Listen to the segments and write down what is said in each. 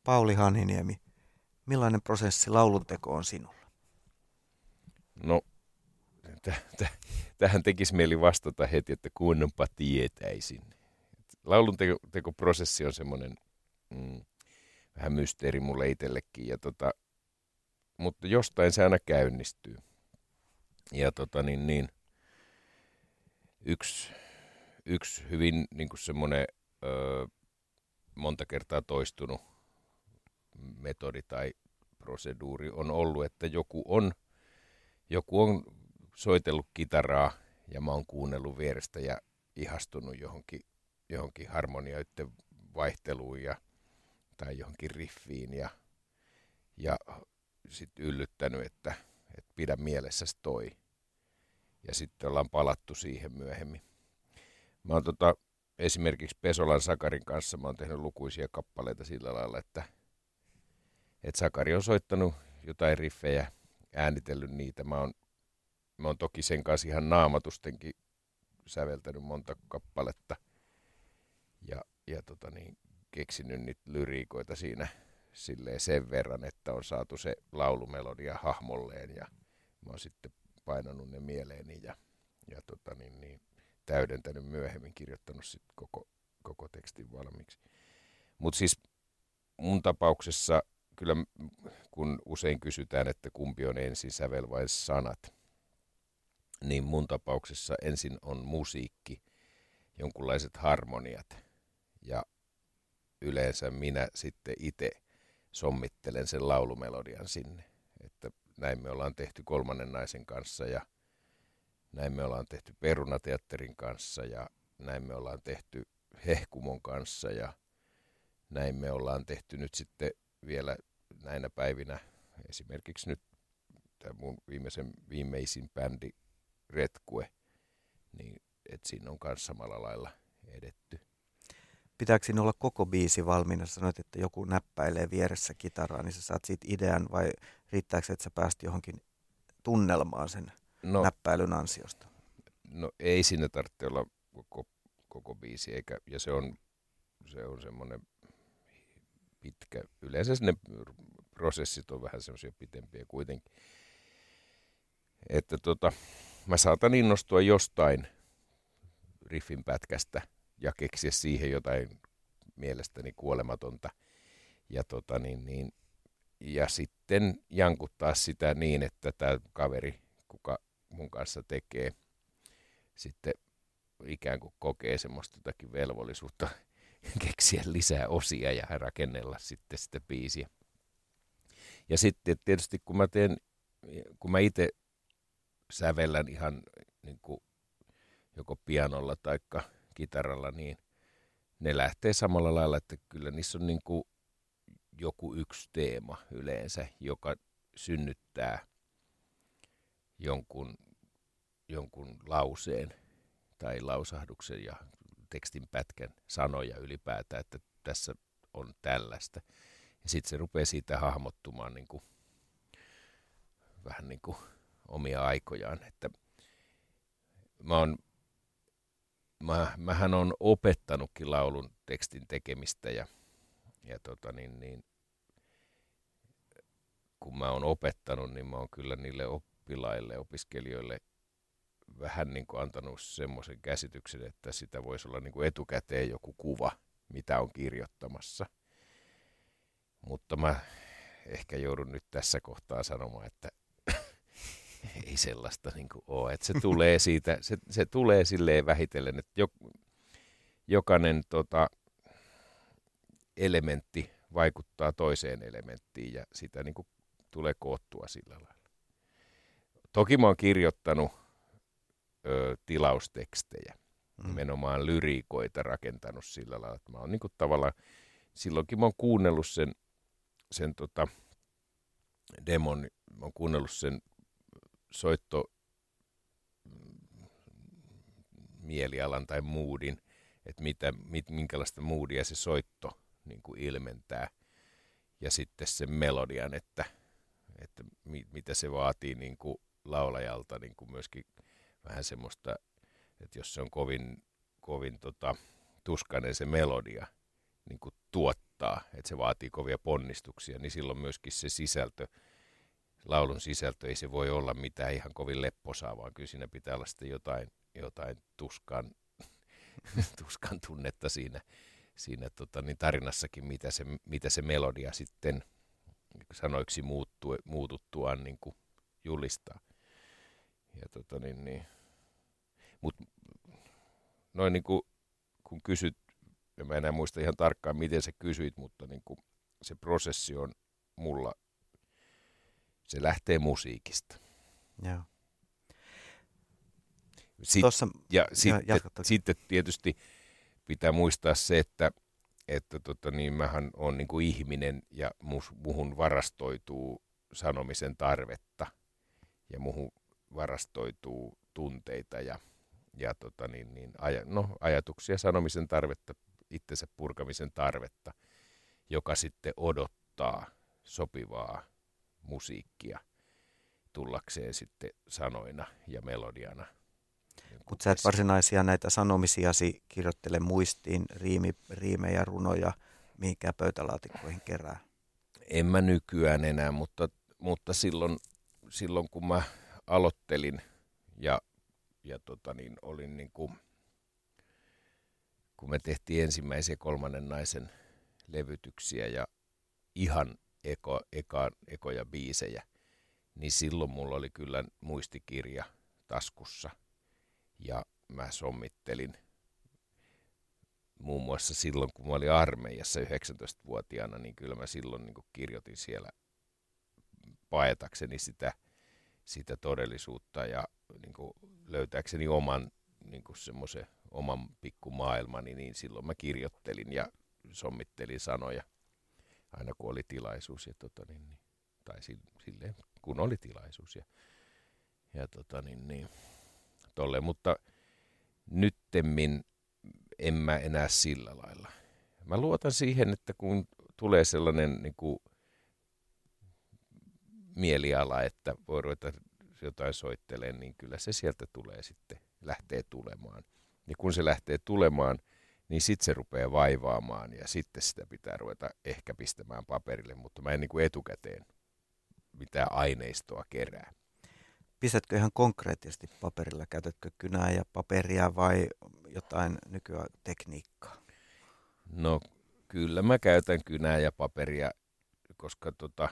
Pauli Hanhiniemi, millainen prosessi laulunteko on sinulla? No, tähän tekisi mieli vastata heti, että kuunnanpa tietäisin. Lauluntekoprosessi on semmoinen vähän mysteeri mulle itsellekin, mutta jostain se aina käynnistyy. Ja yksi hyvin niin kuin semmoinen monta kertaa toistunut metodi tai proseduuri on ollut, että joku on soitellut kitaraa ja mä oon kuunnellut vierestä ja ihastunut johonkin harmonioiden vaihteluun tai johonkin riffiin ja sitten yllyttänyt, että pidä mielessäsi toi. Ja sitten ollaan palattu siihen myöhemmin. Mä oon esimerkiksi Pesolan Sakarin kanssa mä oon tehnyt lukuisia kappaleita sillä lailla, että Sakari on soittanut jotain riffejä, äänitellyt niitä. Mä oon toki sen kanssa ihan naamatustenkin säveltänyt monta kappaletta ja keksinyt niitä lyriikoita siinä silleen sen verran, että on saatu se laulumelodia hahmolleen ja mä oon sitten painanut ne mieleeni ja täydentänyt myöhemmin, kirjoittanut sitten koko tekstin valmiiksi. Mutta siis mun tapauksessa kyllä, kun usein kysytään, että kumpi on ensin sävel vai sanat, niin mun tapauksessa ensin on musiikki, jonkunlaiset harmoniat ja yleensä minä sitten itse sommittelen sen laulumelodian sinne. Että näin me ollaan tehty Kolmannen naisen kanssa ja näin me ollaan tehty Perunateatterin kanssa ja näin me ollaan tehty Hehkumon kanssa ja näin me ollaan tehty nyt sitten vielä näinä päivinä esimerkiksi nyt tämä mun viimeisin bändi Retkue, niin että siinä on myös samalla lailla edetty. Pitääkö siinä olla koko biisi valmiina? Sanoit, että joku näppäilee vieressä kitaraa, niin sä saat siitä idean vai riittääkö, että sä pääst johonkin tunnelmaan sen näppäilyn ansiosta? No ei siinä tarvitse olla koko biisi, ja se on semmoinen pitkä. Yleensä ne prosessit on vähän semmoisia pitempiä kuitenkin. Että mä saatan innostua jostain riffin pätkästä ja keksiä siihen jotain mielestäni kuolematonta. Ja sitten jankuttaa sitä niin, että tämä kaveri, kuka mun kanssa tekee, sitten ikään kuin kokee semmoista jotakin velvollisuutta keksiä lisää osia ja rakennella sitten sitä biisiä. Ja sitten tietysti kun mä itse sävellän ihan niin kuin joko pianolla tai kitaralla, niin ne lähtee samalla lailla, että kyllä niissä on niin kuin joku yksi teema yleensä, joka synnyttää jonkun lauseen tai lausahduksen ja tekstin pätkän sanoja ylipäätään, että tässä on tällaista. Ja sitten se rupeaa siitä hahmottumaan niin kuin, vähän niin kuin omia aikojaan. Että mähän on opettanutkin laulun tekstin tekemistä ja kun mä oon opettanut, niin mä oon kyllä niille oppilaille, opiskelijoille vähän niin kuin antanut semmoisen käsityksen, että sitä voisi olla niin kuin etukäteen joku kuva, mitä on kirjoittamassa. Mutta mä ehkä joudun nyt tässä kohtaa sanomaan, että ei sellaista niin kuin ole. Että se tulee siitä, se tulee silleen vähitellen, että jokainen elementti vaikuttaa toiseen elementtiin ja sitä niin kuin tulee koottua sillä lailla. Toki mä oon kirjoittanut tilaustekstejä, nimenomaan lyriikoita rakentanut sillä lailla, että mä oon niin kuin tavallaan, silloinkin mä oon kuunnellut sen demon, mä oon kuunnellut sen mielialan tai moodin, että minkälaista moodia se soitto niin kuin ilmentää ja sitten sen melodian, että mitä se vaatii niin kuin laulajalta niin kuin myöskin vähän semmoista, että jos se on kovin tuskainen se melodia niin kuin odottaa, että se vaatii kovia ponnistuksia, niin silloin myöskin se sisältö, laulun sisältö ei se voi olla mitään ihan kovin lepposaa, vaan kyllä siinä pitää olla sitten jotain tuskan tunnetta siinä niin tarinassakin, mitä se melodia sitten sanoiksi muututtuaan niin kuin julistaa. Ja Mutta noin niin kuin, kun kysyt, ja mä enää muista ihan tarkkaan, miten sä kysyit, mutta niin kuin se prosessi on mulla, se lähtee musiikista. Joo. Sitten tietysti pitää muistaa se, että mähän on niin kuin ihminen ja muhun varastoituu sanomisen tarvetta ja muhun varastoituu tunteita ja ajatuksia, sanomisen tarvetta, itsensä purkamisen tarvetta, joka sitten odottaa sopivaa musiikkia tullakseen sitten sanoina ja melodiana. Mutta sä et varsinaisia näitä sanomisiasi kirjoittele muistiin, riimejä, runoja, mihinkään pöytälaatikkoihin kerää? En mä nykyään enää, mutta silloin kun mä aloittelin ja olin niin kuin, kun me tehtiin ensimmäisiä Kolmannen naisen levytyksiä ja ihan ekoja biisejä, niin silloin mulla oli kyllä muistikirja taskussa ja mä sommittelin muun muassa silloin, kun mä olin armeijassa 19-vuotiaana, niin kyllä mä silloin niin kuin kirjoitin siellä paetakseni sitä todellisuutta ja niin kuin löytääkseni oman niin kuin semmoisen oman pikkumaailmani, niin silloin mä kirjoittelin ja sommittelin sanoja aina kun oli tilaisuus tai silleen kun oli tilaisuus ja tolleen, mutta nyttemmin en mä enää sillä lailla. Mä luotan siihen, että kun tulee sellainen niin kuin mieliala, että voi ruveta jotain soittelemaan, niin kyllä se sieltä tulee sitten, lähtee tulemaan. Ja kun se lähtee tulemaan, niin sitten se rupeaa vaivaamaan ja sitten sitä pitää ruveta ehkä pistämään paperille, mutta mä en niin kuin etukäteen mitään aineistoa kerää. Pistätkö ihan konkreettisesti paperilla? Käytätkö kynää ja paperia vai jotain nykytekniikkaa? No kyllä mä käytän kynää ja paperia, koska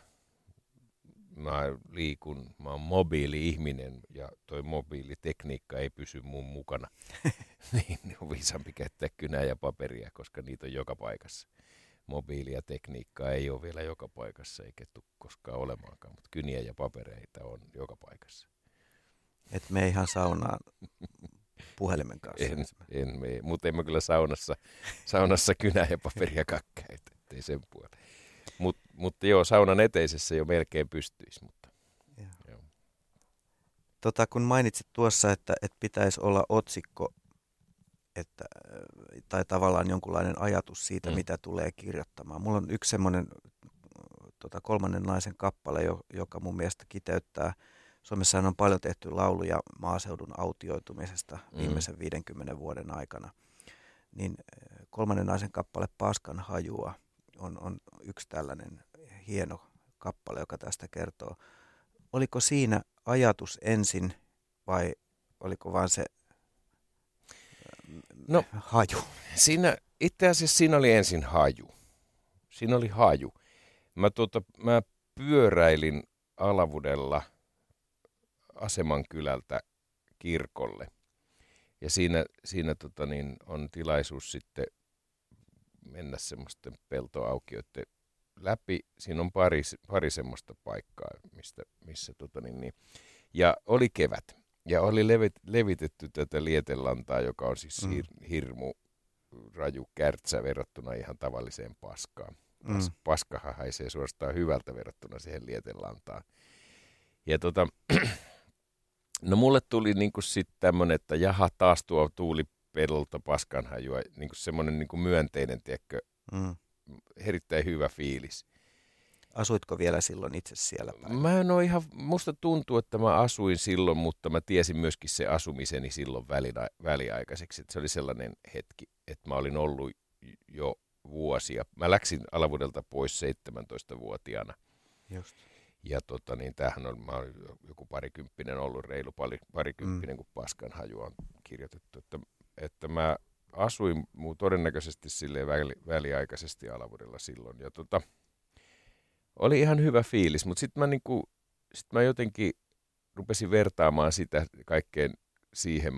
mä liikun, mä oon mobiili-ihminen ja toi mobiilitekniikka ei pysy mun mukana. Niin on viisampi käyttää kynää ja paperia, koska niitä on joka paikassa. Mobiili ja tekniikkaa ei ole vielä joka paikassa eikä tule koskaan olemaankaan, mutta kyniä ja papereita on joka paikassa. Et me ihan saunaan puhelimen kanssa. En mene, mutta en mä kyllä saunassa kynää ja paperia käytä, ettei sen puolella. Mutta joo, saunan eteisessä jo melkein pystyisi. Mutta, joo. Kun mainitsit tuossa, että pitäisi olla otsikko, tai tavallaan jonkunlainen ajatus siitä, mitä tulee kirjoittamaan. Mulla on yksi semmoinen Kolmannen naisen kappale, joka mun mielestä kiteyttää. Suomessahan on paljon tehty lauluja maaseudun autioitumisesta viimeisen 50 vuoden aikana. Niin Kolmannen naisen kappale Paskan hajua on yksi tällainen hieno kappale, joka tästä kertoo. Oliko siinä ajatus ensin vai oliko vaan se haju? Itse asiassa siinä oli ensin haju. Siinä oli haju. Mä pyöräilin Alavudella Asemankylältä kirkolle. Ja siinä on tilaisuus sitten mennä semmoisten peltoaukioiden läpi. Siinä on pari semmoista paikkaa, missä ja oli kevät. Ja oli levitetty tätä lietelantaa, joka on siis hirmu raju kärtsä verrattuna ihan tavalliseen paskaan. Paskahan haisee suorastaan hyvältä verrattuna siihen lietelantaan. Ja no mulle tuli niinku sitten tämmönen, että jaha, taas tuo tuuli pedolta paskanhajua, niinku semmoinen niinku myönteinen, tiedätkö, erittäin hyvä fiilis. Asuitko vielä silloin itse siellä päin? Mä en ole ihan, musta tuntuu, että mä asuin silloin, mutta mä tiesin myöskin se asumiseni silloin väliaikaiseksi. Että se oli sellainen hetki, että mä olin ollut jo vuosia. Mä läksin Alavudelta pois 17-vuotiaana. Just. Ja tämähän on, mä olen joku parikymppinen ollut, reilu parikymppinen, kun Paskan haju on kirjoitettu. Että mä asuin todennäköisesti silleen väliaikaisesti Alavudella silloin. Ja oli ihan hyvä fiilis, mutta sitten mä jotenkin rupesin vertaamaan sitä kaikkeen siihen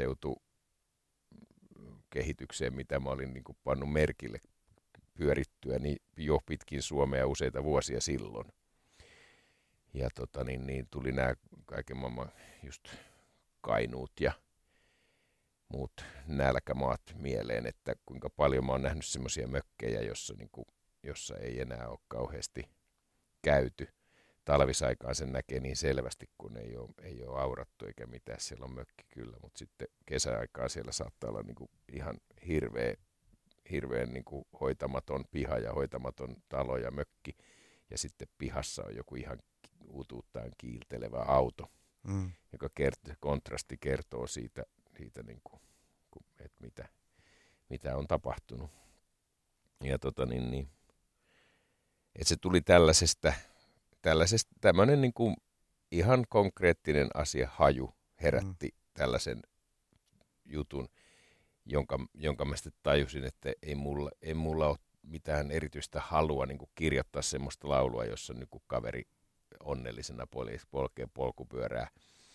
maaseutukehitykseen, mitä mä olin pannut merkille pyörittyä niin jo pitkin Suomea useita vuosia silloin. Ja tuli nämä kaiken maailman just Kainuut ja muut nälkämaat mieleen, että kuinka paljon mä oon nähnyt semmoisia mökkejä, jossa ei enää ole kauheasti käyty. Talvisaikaan sen näkee niin selvästi, kun ei ole aurattu eikä mitään. Siellä on mökki kyllä, mutta sitten kesäaikaan siellä saattaa olla ihan hirveän hoitamaton piha ja hoitamaton talo ja mökki. Ja sitten pihassa on joku ihan utuuttaan kiiltelevä auto, joka kontrasti kertoo siitä että mitä on tapahtunut. Ja että se tuli tällaisesta tämmöinen ihan konkreettinen asia, haju herätti tällaisen jutun, jonka mä sitten tajusin, että ei mulla ole mitään erityistä halua kirjoittaa semmoista laulua, jossa kaveri onnellisena polkee polkupyörää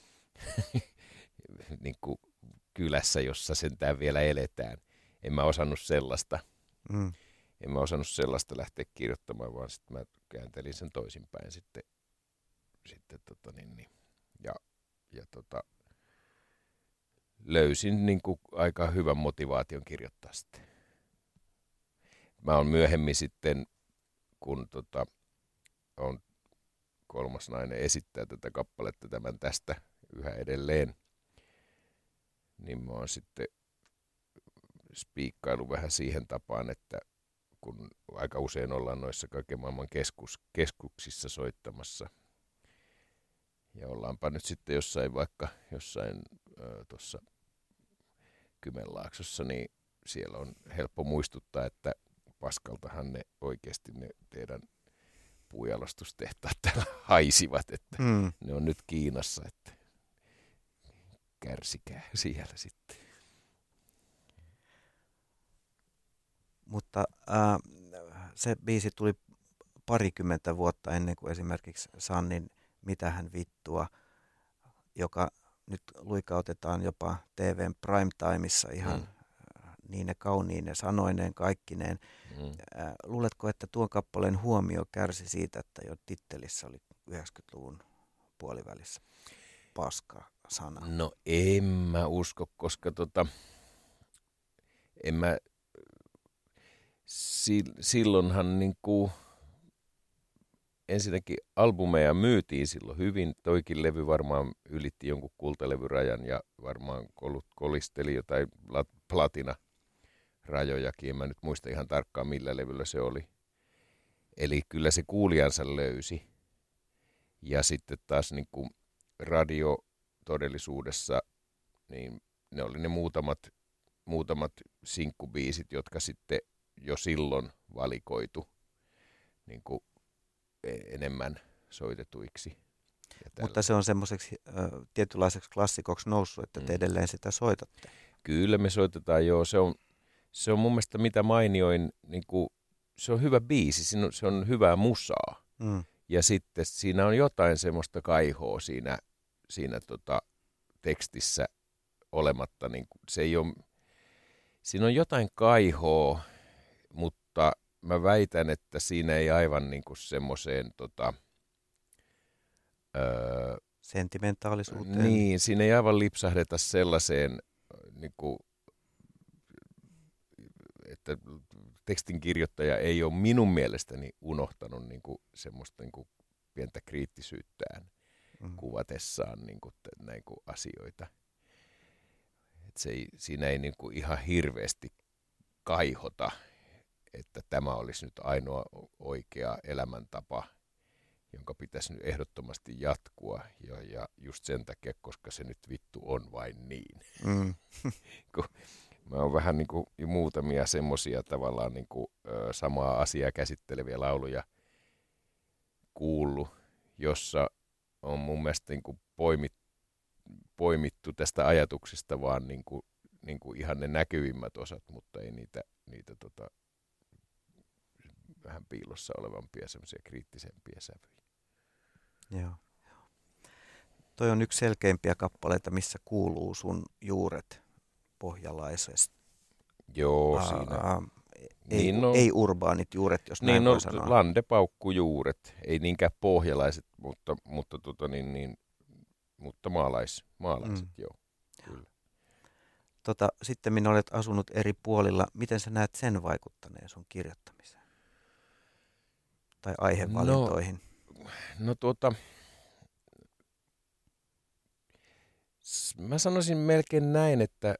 kylässä, jossa sentään vielä eletään. En mä osannut sellaista. En mä osannut sellaista lähteä kirjoittamaan, vaan sitten mä kääntelin sen toisinpäin sitten löysin aika hyvän motivaation kirjoittaa sitten. Mä oon myöhemmin sitten, kun on kolmas nainen esittää tätä kappaletta tämän tästä yhä edelleen, niin mä oon sitten spiikkailu vähän siihen tapaan, että kun aika usein ollaan noissa kaiken maailman keskuksissa soittamassa, ja ollaanpa nyt sitten jossain tuossa Kymenlaaksossa, niin siellä on helppo muistuttaa, että Paskaltahan ne oikeasti ne teidän puujalostustehtaat täällä haisivat, että ne on nyt Kiinassa, että kärsikää siellä sitten. Mutta se biisi tuli parikymmentä vuotta ennen kuin esimerkiksi Sannin Mitähän vittua, joka nyt luikautetaan jopa TVn primetimeissa ihan niine kauniine sanoineen kaikkineen. Luuletko, että tuon kappaleen huomio kärsi siitä, että jo tittelissä oli 90-luvun puolivälissä paska-sana? No en mä usko, koska silloinhan ensinnäkin albumeja myytiin silloin hyvin. Toikin levy varmaan ylitti jonkun kultalevyrajan ja varmaan kolisteli jotain platinarajojakin. En mä nyt muista ihan tarkkaan millä levyllä se oli. Eli kyllä se kuulijansa löysi. Ja sitten taas radiotodellisuudessa niin ne oli ne muutamat sinkkubiisit, jotka sitten jo silloin valikoitu enemmän soitetuiksi. Mutta se on semmoiseksi tietynlaiseksi klassikoksi noussut, että te edelleen sitä soitatte. Kyllä me soitetaan, joo. Se on mun mielestä mitä mainioin, se on hyvä biisi, se on hyvää musaa. Ja sitten siinä on jotain semmoista kaihoa siinä tekstissä olematta. Se ei ole, siinä on jotain kaihoa, mutta mä väitän, että siinä ei aivan semmoiseen sentimentaalisuuteen. Niin, siinä ei aivan lipsahdeta sellaiseen, että tekstin kirjoittaja ei ole minun mielestäni unohtanut semmoista pientä kriittisyyttään kuvatessaan asioita. Et siinä ei ihan hirveästi kaihota, että tämä olisi nyt ainoa oikea elämäntapa, jonka pitäisi nyt ehdottomasti jatkua. Ja just sen takia, koska se nyt vittu on vain niin. mä oon vähän niin kuin muutamia semmoisia tavallaan niin kuin, samaa asiaa käsitteleviä lauluja kuullut, jossa on mun mielestä niin kuin poimittu tästä ajatuksesta vaan niin kuin ihan ne näkyvimmät osat, mutta ei niitä vähän piilossa olevampia, semmoisia kriittisempiä sävyjä. Joo. Toi on yksi selkeimpiä kappaleita, missä kuuluu sun juuret pohjalaisesta. Joo, siinä. Ei urbaanit juuret, jos näin voi sanoa. Landepaukkujuuret, ei niinkään pohjalaiset, mutta maalaiset, joo. Kyllä. Sitten minä olet asunut eri puolilla. Miten sä näet sen vaikuttaneen sun kirjoittamiseen? Tai aihevalintoihin? Mä sanoisin melkein näin, että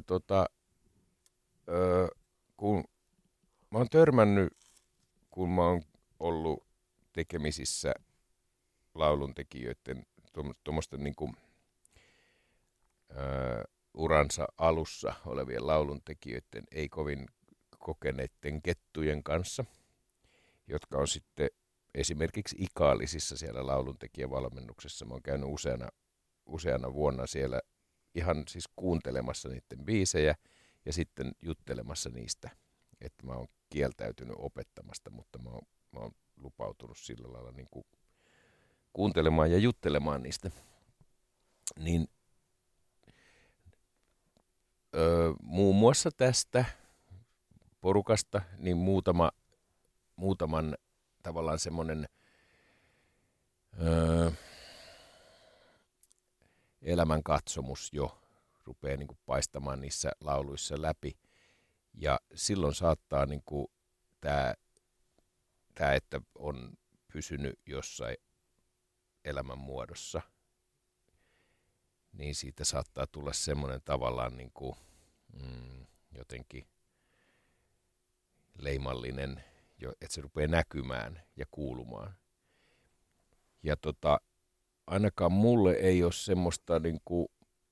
kun mä oon törmännyt, kun mä oon ollut tekemisissä lauluntekijöiden, tuommoisten niinku, uransa alussa olevien lauluntekijöiden, ei kovin kokeneiden kettujen kanssa, jotka on sitten esimerkiksi Ikaalisissa siellä lauluntekijävalmennuksessa. Mä oon käynyt useana vuonna siellä ihan siis kuuntelemassa niiden biisejä ja sitten juttelemassa niistä. Että mä oon kieltäytynyt opettamasta, mutta mä oon lupautunut sillä lailla niin kuin kuuntelemaan ja juttelemaan niistä. Niin muun muassa tästä porukasta niin muutaman tavallaan semmoinen elämänkatsomus jo rupeaa niin kuin paistamaan niissä lauluissa läpi. Ja silloin saattaa niin kuin tämä, että on pysynyt jossain elämän muodossa, niin siitä saattaa tulla semmoinen tavallaan niin kuin, jotenkin leimallinen, että se rupeaa näkymään ja kuulumaan. Ja ainakaan mulle ei ole semmoista niin kuin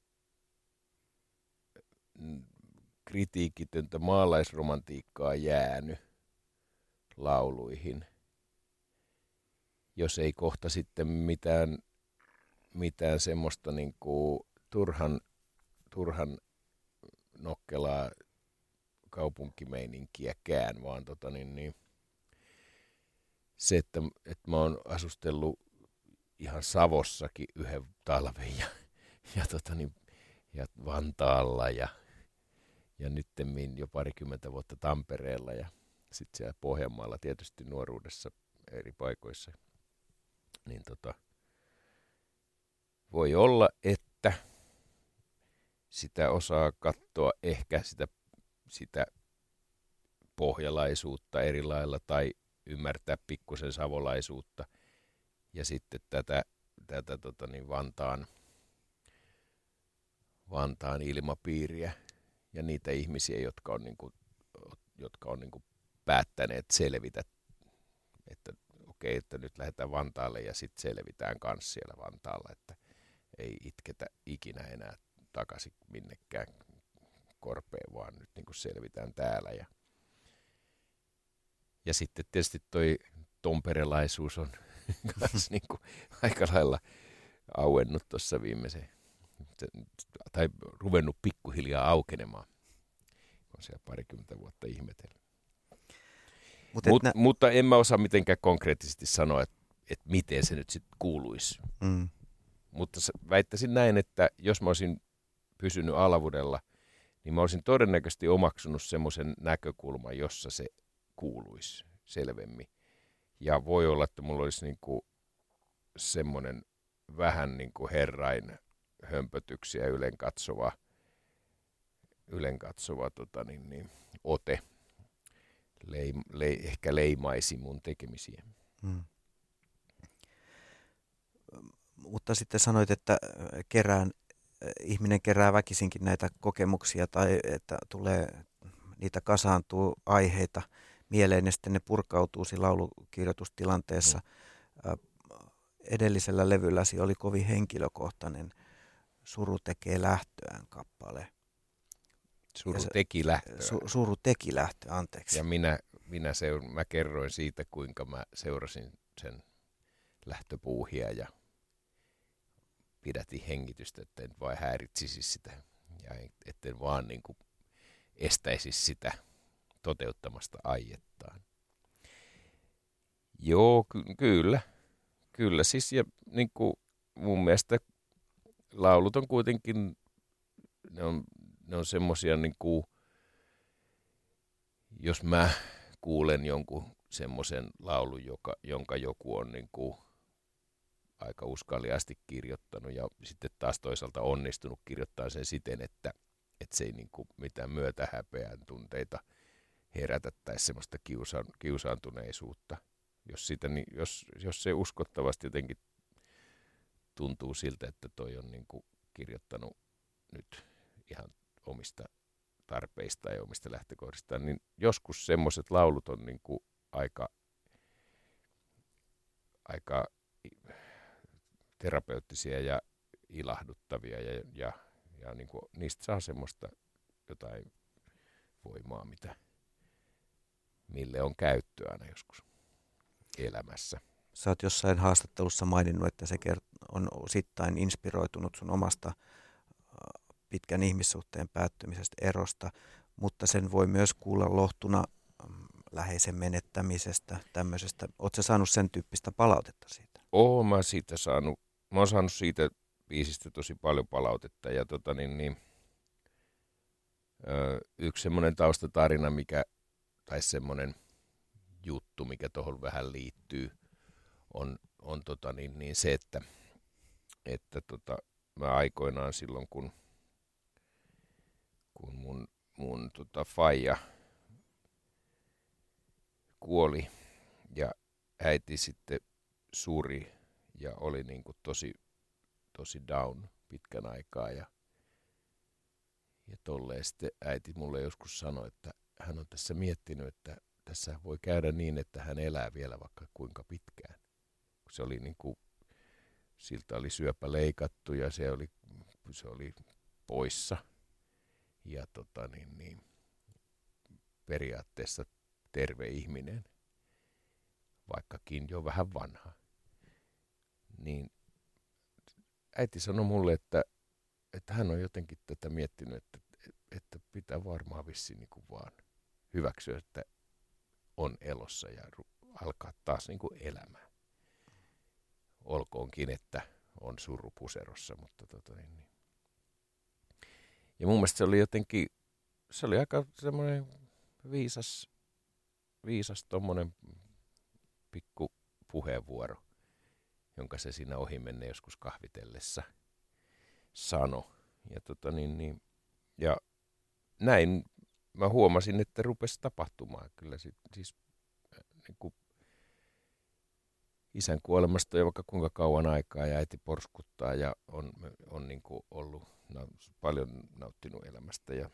kritiikitöntä maalaisromantiikkaa jäänyt lauluihin, jos ei kohta sitten mitään semmoista niin kuin turhan nokkelaa kaupunkimeininkiäkään, vaan se, että mä oon asustellut ihan Savossakin yhden talven ja Vantaalla ja nyttemmin jo 20 vuotta Tampereella ja sitten siellä Pohjanmaalla tietysti nuoruudessa eri paikoissa. Niin voi olla, että sitä osaa katsoa ehkä sitä pohjalaisuutta eri lailla tai ymmärtää pikkusen savolaisuutta ja sitten tätä Vantaan ilmapiiriä ja niitä ihmisiä, jotka on niinku päättäneet selvitä, että okei, että nyt lähdetään Vantaalle ja sitten selvitään kanssa siellä Vantaalla, että ei itketä ikinä enää takaisin minnekään korpeen, vaan nyt niinku selvitään täällä. Ja sitten tietysti toi tomperelaisuus on myös niinku aika lailla auennut tuossa tai ruvennut pikkuhiljaa aukenemaan, kun siellä 20 vuotta ihmetellyt. Mutta en mä osaa mitenkään konkreettisesti sanoa, että miten se nyt sitten kuuluisi. Mutta väittäisin näin, että jos mä olisin pysynyt Alavudella, niin mä olisin todennäköisesti omaksunut semmoisen näkökulman, jossa se kuuluisi selvemmin. Ja voi olla, että mulla olisi niinku semmoinen vähän niinku herrain hömpötyksiä ylenkatsova ote ehkä leimaisi mun tekemisiä. Mutta sitten sanoit, että ihminen kerää väkisinkin näitä kokemuksia tai että niitä kasaantuu aiheita mieleen ja sitten ne purkautuu siinä laulukirjoitustilanteessa. Edellisellä levylläsi oli kovin henkilökohtainen Suru tekee lähtöään -kappale. Suru teki lähtöä. Suru teki lähtöä, anteeksi. Ja mä kerroin siitä, kuinka mä seurasin sen lähtöpuuhia ja pidätin hengitystä, etten vain häiritsisi sitä ja etten vaan niin kuin estäisi sitä toteuttamasta aiettaan. Joo, kyllä siis, ja niin kuin mun mielestä laulut on kuitenkin, ne on semmosia niin kuin, jos mä kuulen jonkun semmoisen laulun, jonka joku on niin kuin aika uskaliasti kirjoittanut ja sitten taas toisaalta onnistunut kirjoittamaan sen siten, että se ei niin kuin mitään myötähäpeän tunteita herätä tai semmoista kiusaantuneisuutta. Jos se uskottavasti jotenkin tuntuu siltä, että toi on niin kuin kirjoittanut nyt ihan omista tarpeista ja omista lähtökohdistaan, niin joskus semmoiset laulut on niin kuin aika terapeuttisia ja ilahduttavia ja niin kuin niistä saa semmoista jotain voimaa, mille on käyttöä aina joskus elämässä. Sä oot jossain haastattelussa maininnut, että se on osittain inspiroitunut sun omasta pitkän ihmissuhteen päättymisestä, erosta, mutta sen voi myös kuulla lohtuna läheisen menettämisestä, tämmöisestä. Ootko sä saanut sen tyyppistä palautetta siitä? Mä oon saanut siitä biisistä tosi paljon palautetta ja yksi semmoinen taustatarina, tai semmoinen juttu, mikä tuohon vähän liittyy, on se, että mä aikoinaan silloin, kun mun faija kuoli ja äiti sitten suri ja oli niin kuin tosi down pitkän aikaa ja tolleen sitten äiti mulle joskus sanoi, että hän on tässä miettinyt, että tässä voi käydä niin, että hän elää vielä vaikka kuinka pitkään. Se oli niin kuin, siltä oli syöpä leikattu ja se oli poissa. Ja periaatteessa terve ihminen, vaikkakin jo vähän vanha. Niin äiti sanoi mulle, että hän on jotenkin tätä miettinyt, että pitää varmaan vissiin niin kuin vaan hyväksyä, että on elossa ja alkaa taas niin kuin elämään. Olkoonkin, että on suru puserossa, mutta Ja mun mielestä se oli aika semmoinen viisas tommonen pikku puheenvuoro, jonka se siinä ohimenne joskus kahvitellessa sanoi. Ja ja näin mä huomasin, että rupesi tapahtumaan kyllä siis niin kuin isän kuolemasta jo vaikka kuinka kauan aikaa ja äiti porskuttaa ja on niin kuin ollut paljon nauttinut elämästä ja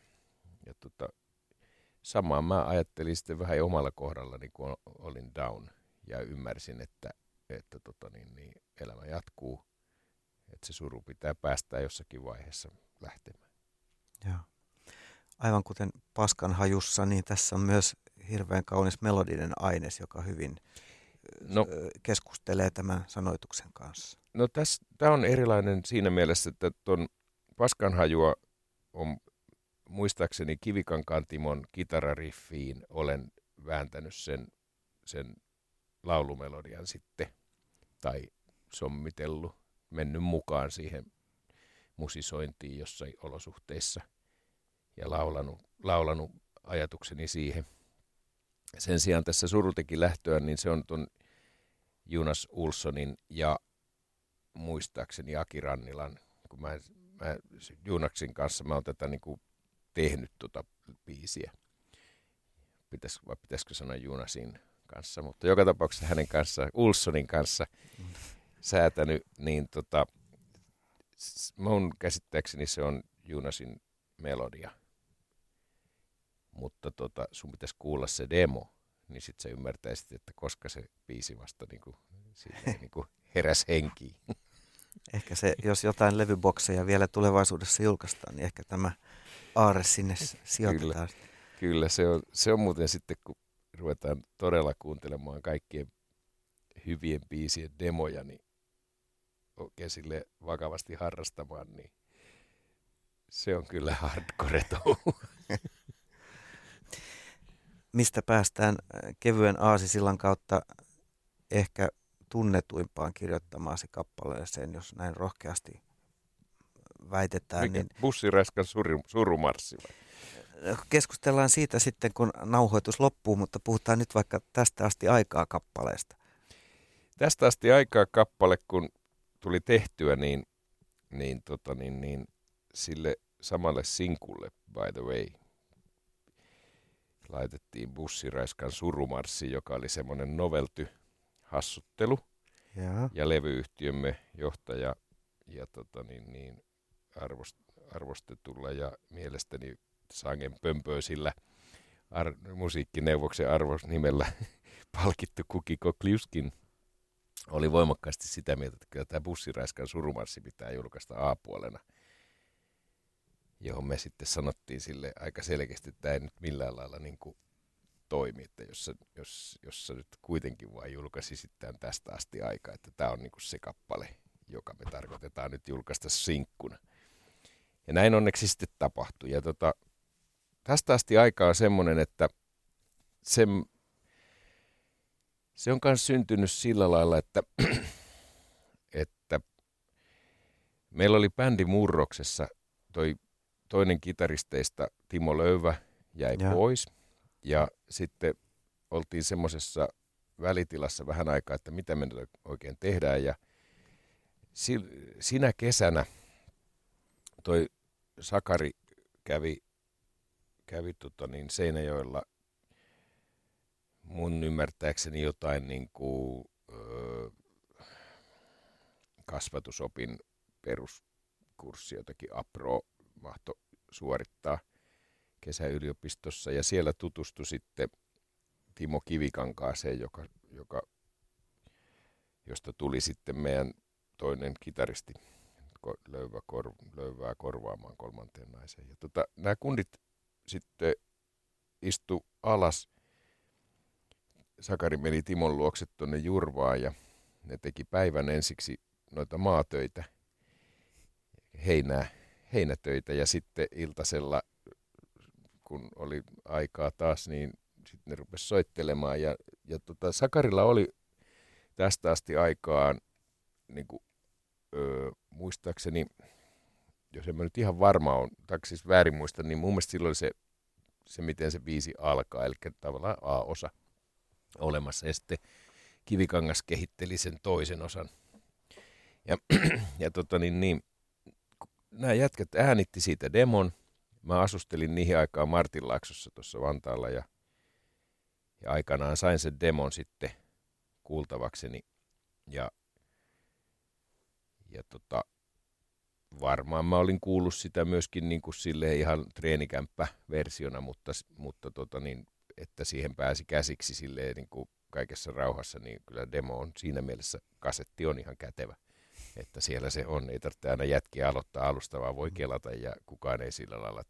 samaa mä ajattelin sitten vähän omalla kohdalla, niin kun olin down ja ymmärsin, että elämä jatkuu, että se suru pitää päästää jossakin vaiheessa lähtemään. Joo. Aivan kuten Paskan hajussa, niin tässä on myös hirveän kaunis melodinen aines, joka hyvin keskustelee tämän sanoituksen kanssa. No tämä on erilainen siinä mielessä, että tuon Paskan hajua on muistaakseni Kivikankaan Timon kitarariffiin olen vääntänyt sen laulumelodian sitten, tai sommitellut, mennyt mukaan siihen musisointiin jossain olosuhteissa ja laulanut ajatukseni siihen. Sen sijaan tässä Suru teki lähtöä, niin se on tuon Jonas Olssonin ja muistaakseni Aki Rannilan, kun mä Jonaksin kanssa mä oon tätä niinku tehnyt biisiä. Pitäisikö sanoa Jonasin kanssa, mutta joka tapauksessa hänen kanssaan, Olssonin kanssa säätänyt, niin mun käsittääkseni se on Jonasin melodia. Mutta sun pitäisi kuulla se demo, niin sit sä ymmärtäisit, että koska se biisi vasta niinku heräs henkiin. Ehkä se, jos jotain levybokseja vielä tulevaisuudessa julkaistaan, niin ehkä aarre sinne sijoitetaan. Kyllä se on muuten sitten, kun ruvetaan todella kuuntelemaan kaikkien hyvien biisien demoja, niin oikein sille vakavasti harrastamaan, niin se on kyllä hardcore touhu. Mistä päästään kevyen aasisillan kautta ehkä tunnetuimpaan kirjoittamaasi kappaleeseen, jos näin rohkeasti väitetään. Mikä? Niin Bussiräiskän surumarssi vai? Keskustellaan siitä sitten, kun nauhoitus loppuu, mutta puhutaan nyt vaikka tästä asti aikaa kappaleesta. Tästä asti aikaa kappale, kun tuli tehtyä, niin sille samalle sinkulle, by the way, laitettiin Bussiräiskän surumarssi, joka oli semmoinen novelty-hassuttelu. Ja levyyhtiömme johtaja ja arvostetulla ja mielestäni sangen pömpöisillä musiikkineuvoksen arvosnimellä palkittu Kuki Kokliuskin oli voimakkaasti sitä mieltä, että kyllä tämä Bussiräiskän surumarssi pitää julkaista A-puolena, johon me sitten sanottiin sille aika selkeästi, että tämä ei nyt millään lailla niin kuin toimi, että jos sä nyt kuitenkin vaan julkaisisit tämän tästä asti aikaa, että tämä on niin kuin se kappale, joka me tarkoitetaan nyt julkaista sinkkuna. Ja näin onneksi sitten tapahtui. Ja tästä asti aika on semmoinen, että se on myös syntynyt sillä lailla, että meillä oli bändi murroksessa, toinen kitaristeista Timo Löywä jäi pois. Ja sitten oltiin semmoisessa välitilassa vähän aikaa, että mitä me nyt oikein tehdään. Ja sinä kesänä toi Sakari kävi Seinäjoella mun ymmärtääkseni jotain niin kuin, kasvatusopin peruskurssi, jotakin APRO mahto suorittaa kesäyliopistossa. Ja siellä tutustui sitten Timo Kivikankaaseen, josta tuli sitten meidän toinen kitaristi Löyvää korvaamaan kolmanteen naiseen. Ja nämä kundit sitten istu alas. Sakari meni Timon luokse tuonne Jurvaan ja ne teki päivän ensiksi noita maatöitä, heinätöitä ja sitten iltasella, kun oli aikaa taas, niin sitten ne rupesi soittelemaan ja Sakarilla oli tästä asti aikaan niin kuin, muistaakseni, jos en mä nyt ihan varma ole, tai siis väärin muista, niin mun mielestä silloin se miten se biisi alkaa, eli tavallaan A-osa olemassa, ja sitten Kivikangas kehitteli sen toisen osan. Ja nämä jätkät äänitti siitä demon. Mä asustelin niihin aikaan Martinlaaksossa tuossa Vantaalla, ja aikanaan sain sen demon sitten kuultavakseni, ja varmaan mä olin kuullut sitä myöskin niin kuin silleen ihan treenikämppä-versiona, mutta että siihen pääsi käsiksi silleen niin kuin kaikessa rauhassa, niin kyllä demo on siinä mielessä, kasetti on ihan kätevä. Että siellä se on, ei tarvitse aina jätkiä aloittaa alusta, vaan voi kelata ja kukaan ei sillä lailla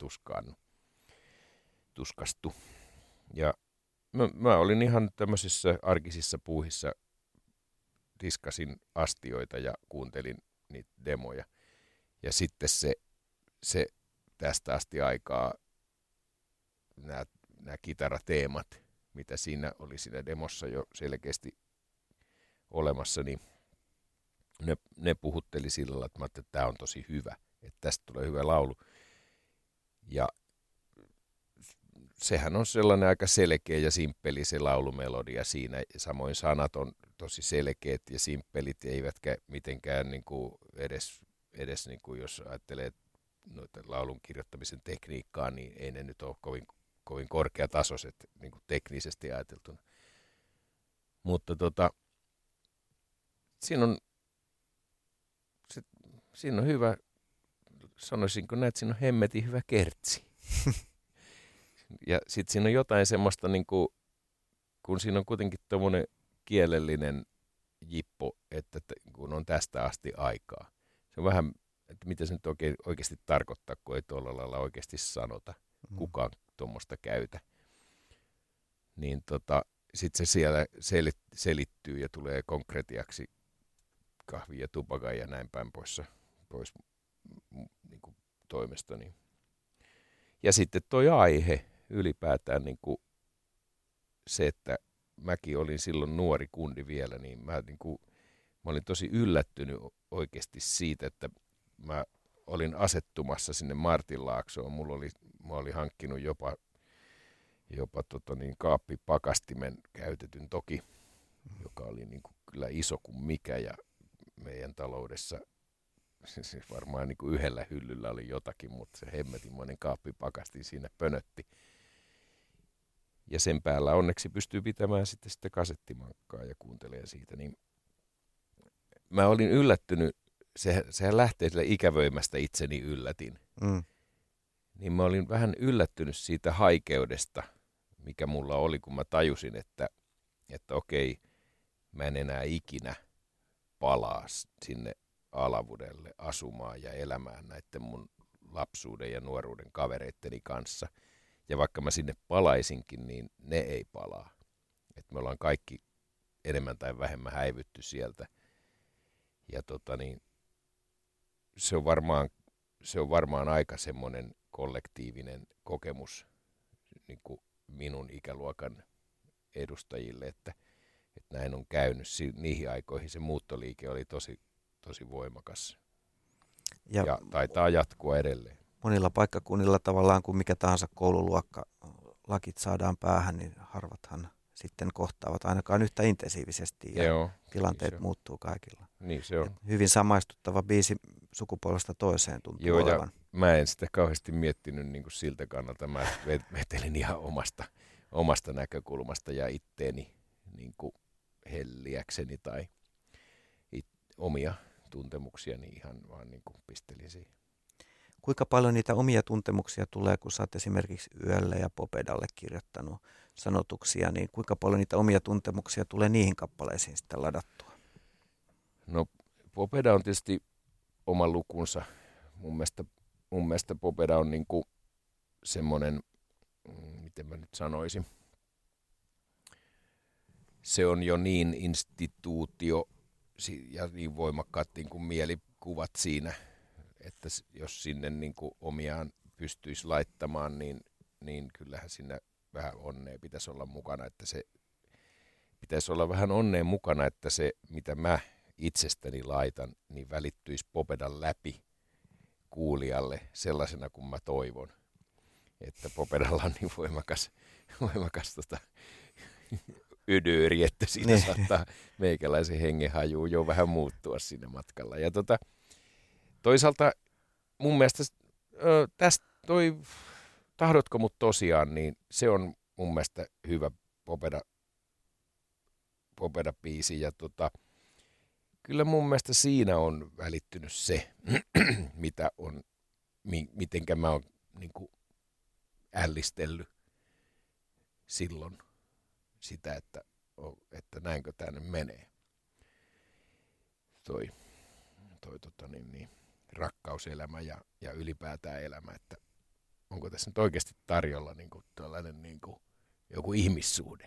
tuskastu. Ja mä olin ihan tämmöisissä arkisissa puuhissa, diskasin astioita ja kuuntelin niitä demoja. Ja sitten se tästä asti aikaa, nämä kitarateemat, mitä siinä oli siinä demossa jo selkeästi olemassa, niin ne puhutteli sillä lailla, että mä ajattelin, että tämä on tosi hyvä, että tästä tulee hyvä laulu. Ja sehän on sellainen aika selkeä ja simppeli se laulumelodia siinä. Samoin sanat on tosi selkeät ja simppelit, eivätkä mitenkään niin kuin edes niin kuin jos ajattelee noita laulun kirjoittamisen tekniikkaa, niin ei ne nyt ole kovin korkeatasoiset niin kuin teknisesti ajateltuna. Mutta siinä on hyvä, sanoisinko näin, että siinä on hemmetin hyvä kertsi. Ja sitten siinä on jotain semmoista, niin kuin, kun siinä on kuitenkin tommoinen kielellinen jippo, että kun on tästä asti aikaa. Se on vähän, että mitä se nyt oikeasti tarkoittaa, kun ei tuolla lailla oikeasti sanota, kukaan tuommoista käytä. Niin sitten se siellä selittyy ja tulee konkretiaksi kahvin ja tupakan ja näin päin pois niin kuin toimestani. Ja sitten toi aihe ylipäätään niin kuin se, että mäkin olin silloin nuori kundi vielä, niin mä olin tosi yllättynyt oikeasti siitä, että mä olin asettumassa sinne Martinlaaksoon. Mä olin hankkinut jopa kaappipakastimen käytetyn toki, joka oli niin kuin kyllä iso kuin mikä, ja meidän taloudessa siis varmaan niin kuin yhdellä hyllyllä oli jotakin, mutta se hemmetinmoinen kaappipakastin siinä pönötti. Ja sen päällä onneksi pystyy pitämään sitten sitä kasettimankkaa ja kuuntelee siitä. Niin mä olin yllättynyt, sehän lähtee sille ikävöimästä itseni yllätin. Niin mä olin vähän yllättynyt siitä haikeudesta, mikä mulla oli, kun mä tajusin, että okei, mä en enää ikinä palaa sinne Alavudelle asumaan ja elämään näiden mun lapsuuden ja nuoruuden kavereitteni kanssa. Ja vaikka mä sinne palaisinkin, niin ne ei palaa. Et me ollaan kaikki enemmän tai vähemmän häivytty sieltä. Ja se on varmaan aika semmoinen kollektiivinen kokemus niin kuin minun ikäluokan edustajille, että näin on käynyt. Niihin aikoihin se muuttoliike oli tosi voimakas ja taitaa jatkua edelleen. Monilla paikkakunnilla tavallaan, kun mikä tahansa koululuokka lakit saadaan päähän, niin harvathan sitten kohtaavat ainakaan yhtä intensiivisesti ja tilanteet niin muuttuu kaikilla. Niin se on. Hyvin samaistuttava biisi sukupolvesta toiseen tuntuu olevan. Mä en sitä kauheasti miettinyt niin kuin siltä kannalta. Mä vetelin ihan omasta näkökulmasta ja itteeni niin kuin helliäkseni tai omia tuntemuksiani ihan vaan niin kuin pistelin siihen. Kuinka paljon niitä omia tuntemuksia tulee, kun sä oot esimerkiksi Yölle ja Popedalle kirjoittanut sanotuksia, niin kuinka paljon niitä omia tuntemuksia tulee niihin kappaleisiin sitten ladattua? No Popeda on tietysti oma lukunsa. Mun mielestä Popeda on niinku semmoinen, miten mä nyt sanoisin, se on jo niin instituutio ja niin voimakkaat niin kuin mielikuvat siinä, että jos sinne niin kuin omiaan pystyisi laittamaan, niin kyllähän siinä vähän onnea pitäisi olla mukana, että se pitäisi olla vähän onnea mukana, että se mitä mä itsestäni laitan, niin välittyisi Popedan läpi kuulijalle sellaisena kuin mä toivon. Että Popedalla on niin voimakas ydyyri, että siinä saattaa meikäläisen hengenhaju jo vähän muuttua siinä matkalla. Ja toisaalta mun mielestä tästä tahdotko mut tosiaan, niin se on mun mielestä hyvä Popeda-biisi. Ja kyllä mun mielestä siinä on välittynyt se, mitenkä mä oon niinku ällistellyt silloin sitä, että näinkö tämä nyt menee. Toi rakkauselämä ja ylipäätään elämä, että onko tässä nyt oikeasti tarjolla niinku tällainen niinku joku ihmissuhde.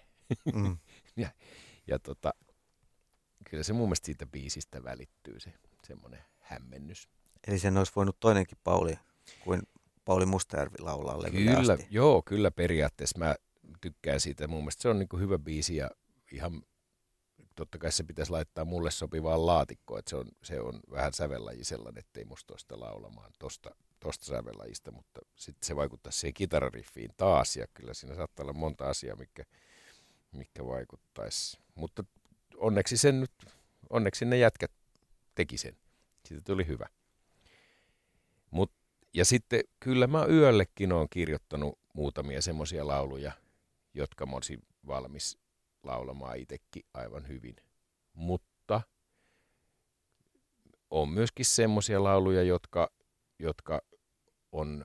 ja kyllä se mun mielestä siitä biisistä välittyy se semmoinen hämmennys. Eli sen olisi voinut toinenkin Pauli kuin Pauli Mustajärvi laulaa levylle asti. Kyllä periaatteessa mä tykkään siitä. Mun mielestä se on niinku hyvä biisi ja ihan totta kai se pitäisi laittaa mulle sopivaan laatikkoon, että se on vähän sävellaji sellainen, ettei musta ole sitä laulamaan tosta sävellajista, mutta sitten se vaikuttaa siihen kitarariffiin taas ja kyllä siinä saattaa olla monta asiaa, mikä vaikuttaisi. Mutta onneksi ne jätkät teki sen. Siitä tuli hyvä. Ja sitten kyllä mä Yöllekin oon kirjoittanut muutamia semmoisia lauluja, jotka mä olisin valmis laulamaan itsekin aivan hyvin. Mutta on myöskin semmoisia lauluja, jotka on,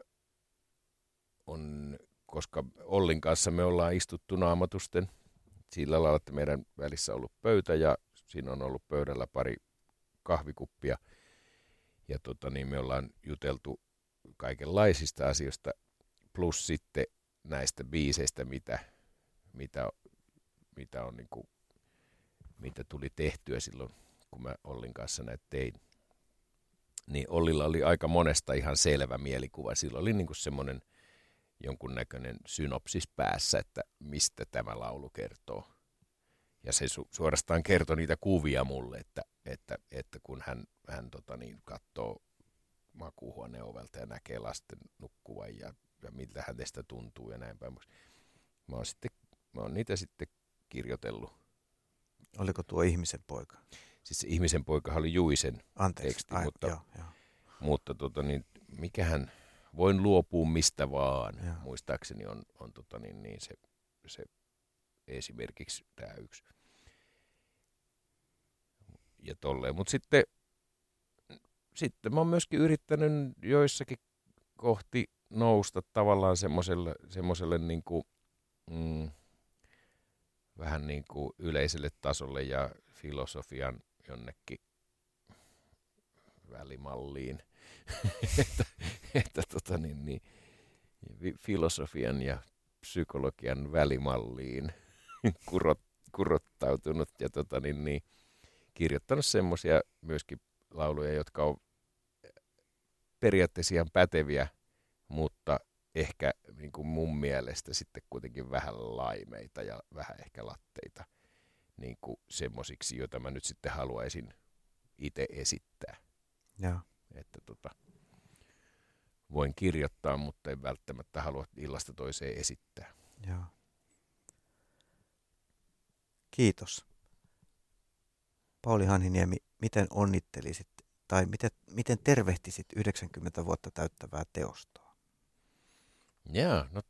koska Ollin kanssa me ollaan istuttu Naamatusten sillä lailla, että meidän välissä on ollut pöytä ja siinä on ollut pöydällä pari kahvikuppia. Ja me ollaan juteltu kaikenlaisista asioista, plus sitten näistä biiseistä, mitä on niinku, mitä tuli tehtyä silloin, kun mä Ollin kanssa näitä tein. Niin Ollilla oli aika monesta ihan selvä mielikuva. Sillä oli niinku semmoinen jonkunnäköinen synopsis päässä, että mistä tämä laulu kertoo. Ja se suorastaan kertoi niitä kuvia mulle, että kun hän katsoo makuuhuoneen ovelta ja näkee lasten nukkuvan ja miltä hänestä tuntuu ja näin päin. Mä oon niitä sitten kirjoitellut. Oliko tuo Ihmisen poika? Siis se Ihmisen poika oli Juisen teksti, mutta mikähän voin luopua mistä vaan, muistaakseni on se esimerkiksi tämä yksi. Ja tolleen, mutta sitten mä oon myöskin yrittänyt joissakin kohti nousta tavallaan semmoiselle niinku, vähän niin kuin yleiselle tasolle ja filosofian jonnekin välimalliin. Filosofian ja psykologian välimalliin kurottautunut ja kirjoittanut semmoisia myöskin lauluja, jotka on periaatteessa ihan päteviä, mutta ehkä niin kuin mun mielestä sitten kuitenkin vähän laimeita ja vähän ehkä latteita niin kuin semmosiksi, joita mä nyt sitten haluaisin itse esittää. Ja. Että voin kirjoittaa, mutta en välttämättä halua illasta toiseen esittää. Ja. Kiitos. Pauli Hanhiniemi, miten onnittelisit tai miten tervehtisit 90 vuotta täyttävää teostoa? Jaa, no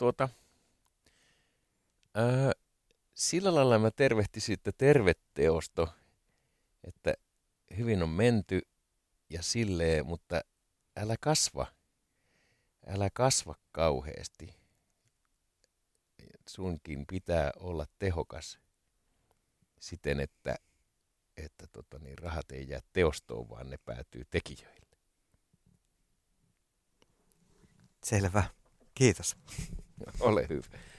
sillä lailla mä tervehtisin, että terve teosto, että hyvin on menty ja silleen, mutta älä kasva kauheasti. Sunkin pitää olla tehokas siten, että rahat ei jää teostoon, vaan ne päätyy tekijöille. Selvä. Kiitos. Ole hyvä.